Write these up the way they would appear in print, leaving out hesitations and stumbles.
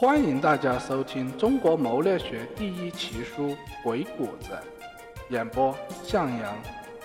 欢迎大家收听中国谋略学第一奇书《鬼谷子》，演播向阳。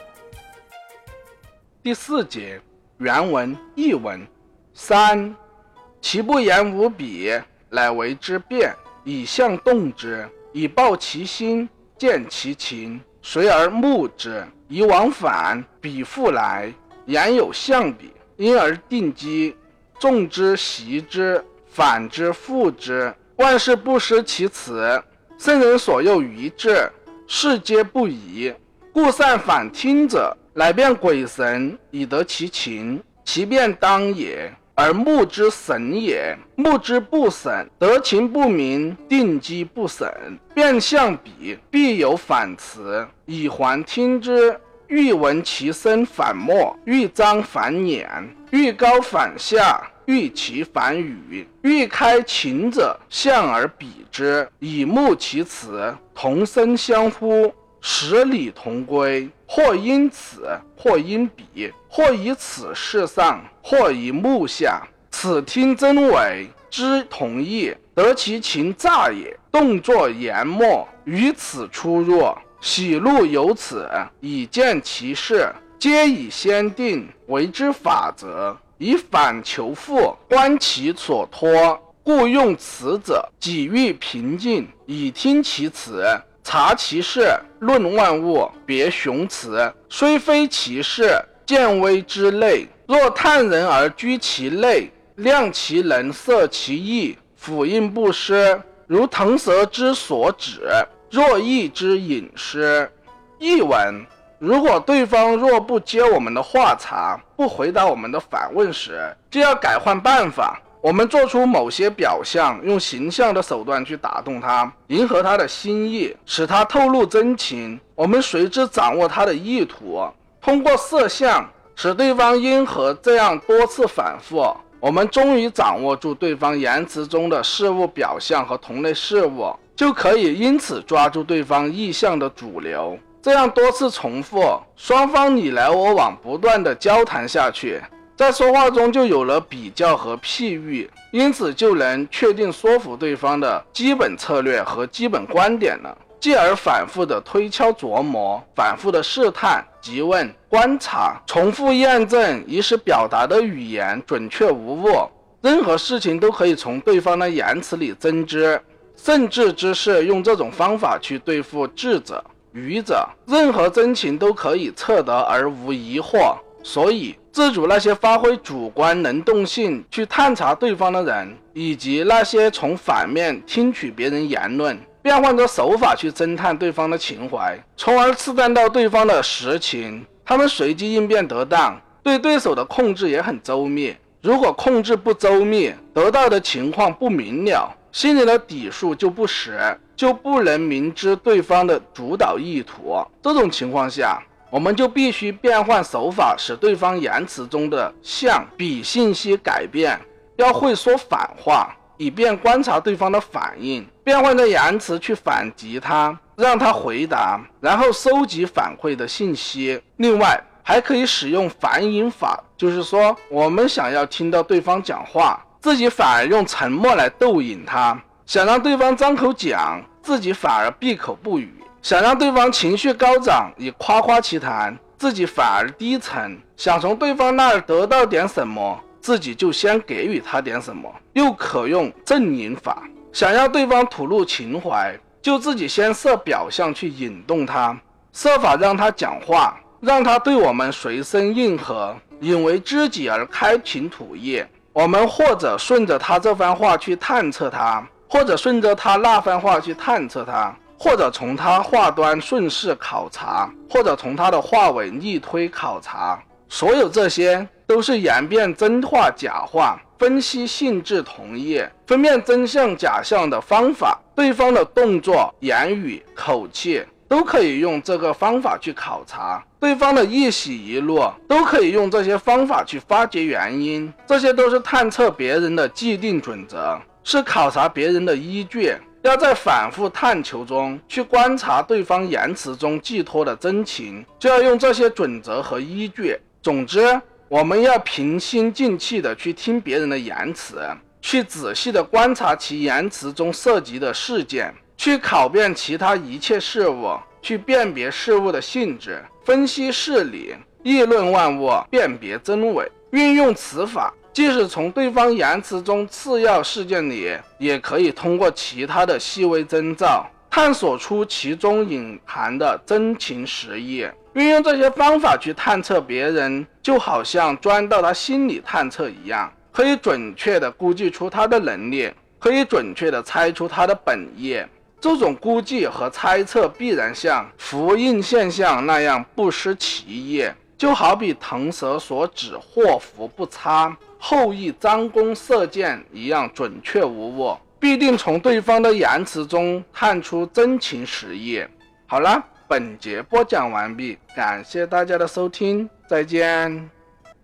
第4节，原文译文。3. 其不言无比，乃为之辩，以象动之，以报其心，见其情，随而目之，以往返，彼复来，言有象比，因而定机，纵之习之，反之复之，万事不失其辞，圣人所诱于智，事皆不疑，故善反听者，乃辩鬼神以得其情，其辩当也，而目之神也。目之不审，得情不明，定机不审，辩象比，必有反辞，以还听之，欲闻其声反默，欲张反辇，欲高反下，欲其反语，欲开情者，象而比之，以目其辞，同声相呼，十里同归，或因此，或因彼，或以此事上，或以目下，此听真伪，知同义，得其情诈也。动作言默，于此出入，喜怒由此，以见其事，皆以先定，为之法则，以反求复，观其所托，故用此者，己欲平静，以听其辞，察其事，论万物，别雄雌，虽非其事，见微之类。若探人而居其类，量其能，摄其意，辅应不失，如腾蛇之所指，若意之隐失。译文：如果对方若不接我们的话茬，不回答我们的反问时，就要改换办法。我们做出某些表象，用形象的手段去打动他，迎合他的心意，使他透露真情。我们随之掌握他的意图，通过色相使对方应和，这样多次反复，我们终于掌握住对方言辞中的事物表象和同类事物，就可以因此抓住对方意象的主流。这样多次重复，双方你来我往，不断的交谈下去，在说话中就有了比较和譬喻，因此就能确定说服对方的基本策略和基本观点了。继而反复的推敲琢磨，反复的试探、急问、观察，重复验证，以使表达的语言准确无误。任何事情都可以从对方的言辞里侦知，甚至之事用这种方法去对付智者、愚者，任何真情都可以测得而无疑惑。所以自主那些发挥主观能动性去探查对方的人，以及那些从反面听取别人言论，变换着手法去侦探对方的情怀，从而刺探到对方的实情。他们随机应变得当，对对手的控制也很周密。如果控制不周密，得到的情况不明了，心里的底数就不实，就不能明知对方的主导意图。这种情况下，我们就必须变换手法，使对方言辞中的象比信息改变，要会说反话，以便观察对方的反应，变换着言辞去反击他，让他回答，然后收集反馈的信息。另外还可以使用反引法，就是说我们想要听到对方讲话，自己反而用沉默来逗引他；想让对方张口讲，自己反而闭口不语；想让对方情绪高涨，以夸夸其谈，自己反而低沉；想从对方那儿得到点什么，自己就先给予他点什么。又可用正引法，想要对方吐露情怀，就自己先设表象去引动他，设法让他讲话，让他对我们随声应和，引为知己而开情吐意。我们或者顺着他这番话去探测他，或者顺着他那番话去探测他，或者从他话端顺势考察，或者从他的话尾逆推考察。所有这些都是演变真话假话，分析性质同意，分辨真相假象的方法。对方的动作、言语、口气都可以用这个方法去考察，对方的一喜一怒都可以用这些方法去发掘原因。这些都是探测别人的既定准则，是考察别人的依据。要在反复探求中去观察对方言辞中寄托的真情，就要用这些准则和依据。总之，我们要平心静气地去听别人的言辞， 去仔细地观察其言辞中涉及的事件，去考辨其他一切事物，去辨别事物的性质，分析事理，议论万物，辨别真伪。运用此法，即使从对方言辞中次要事件里，也可以通过其他的细微征兆，探索出其中隐含的真情实意。运用这些方法去探测别人，就好像钻到他心里探测一样，可以准确地估计出他的能力，可以准确地猜出他的本意。这种估计和猜测必然像符印现象那样不失其意，就好比腾蛇所指祸福不差，后羿张弓射箭一样准确无误，必定从对方的言辞中探出真情实意。好了，本节播讲完毕，感谢大家的收听，再见。